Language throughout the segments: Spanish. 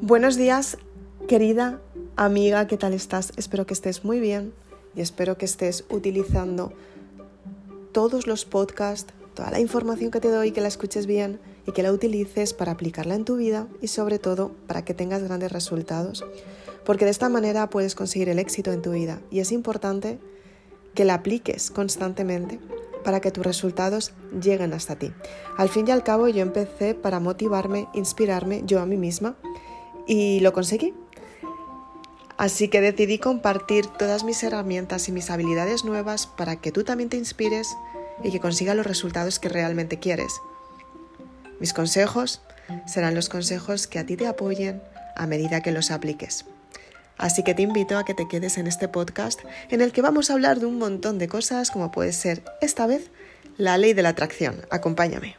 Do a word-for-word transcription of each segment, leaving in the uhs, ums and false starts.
Buenos días, querida amiga, ¿qué tal estás? Espero que estés muy bien y espero que estés utilizando todos los podcasts, toda la información que te doy, que la escuches bien y que la utilices para aplicarla en tu vida y sobre todo para que tengas grandes resultados. Porque de esta manera puedes conseguir el éxito en tu vida y es importante que la apliques constantemente para que tus resultados lleguen hasta ti. Al fin y al cabo yo empecé para motivarme, inspirarme yo a mí misma y lo conseguí. Así que decidí compartir todas mis herramientas y mis habilidades nuevas para que tú también te inspires y que consigas los resultados que realmente quieres. Mis consejos serán los consejos que a ti te apoyen a medida que los apliques. Así que te invito a que te quedes en este podcast en el que vamos a hablar de un montón de cosas como puede ser, esta vez, la ley de la atracción. Acompáñame.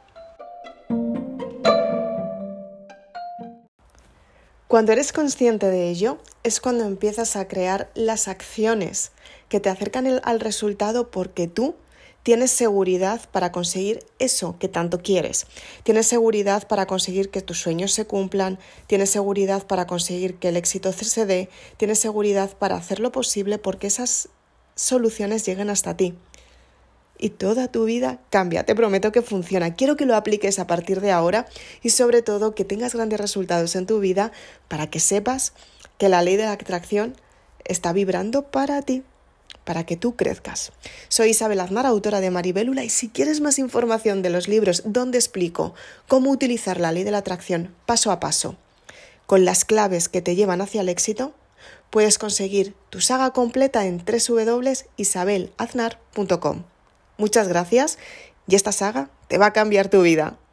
Cuando eres consciente de ello, es cuando empiezas a crear las acciones que te acercan el, al resultado porque tú tienes seguridad para conseguir eso que tanto quieres. Tienes seguridad para conseguir que tus sueños se cumplan, tienes seguridad para conseguir que el éxito se dé, tienes seguridad para hacer lo posible porque esas soluciones lleguen hasta ti. Y toda tu vida cambia, te prometo que funciona. Quiero que lo apliques a partir de ahora y sobre todo que tengas grandes resultados en tu vida para que sepas que la ley de la atracción está vibrando para ti, para que tú crezcas. Soy Isabel Aznar, autora de Maribélula, y si quieres más información de los libros donde explico cómo utilizar la ley de la atracción paso a paso, con las claves que te llevan hacia el éxito, puedes conseguir tu saga completa en doble u doble u doble u punto isabel aznar punto com. Muchas gracias y esta saga te va a cambiar tu vida.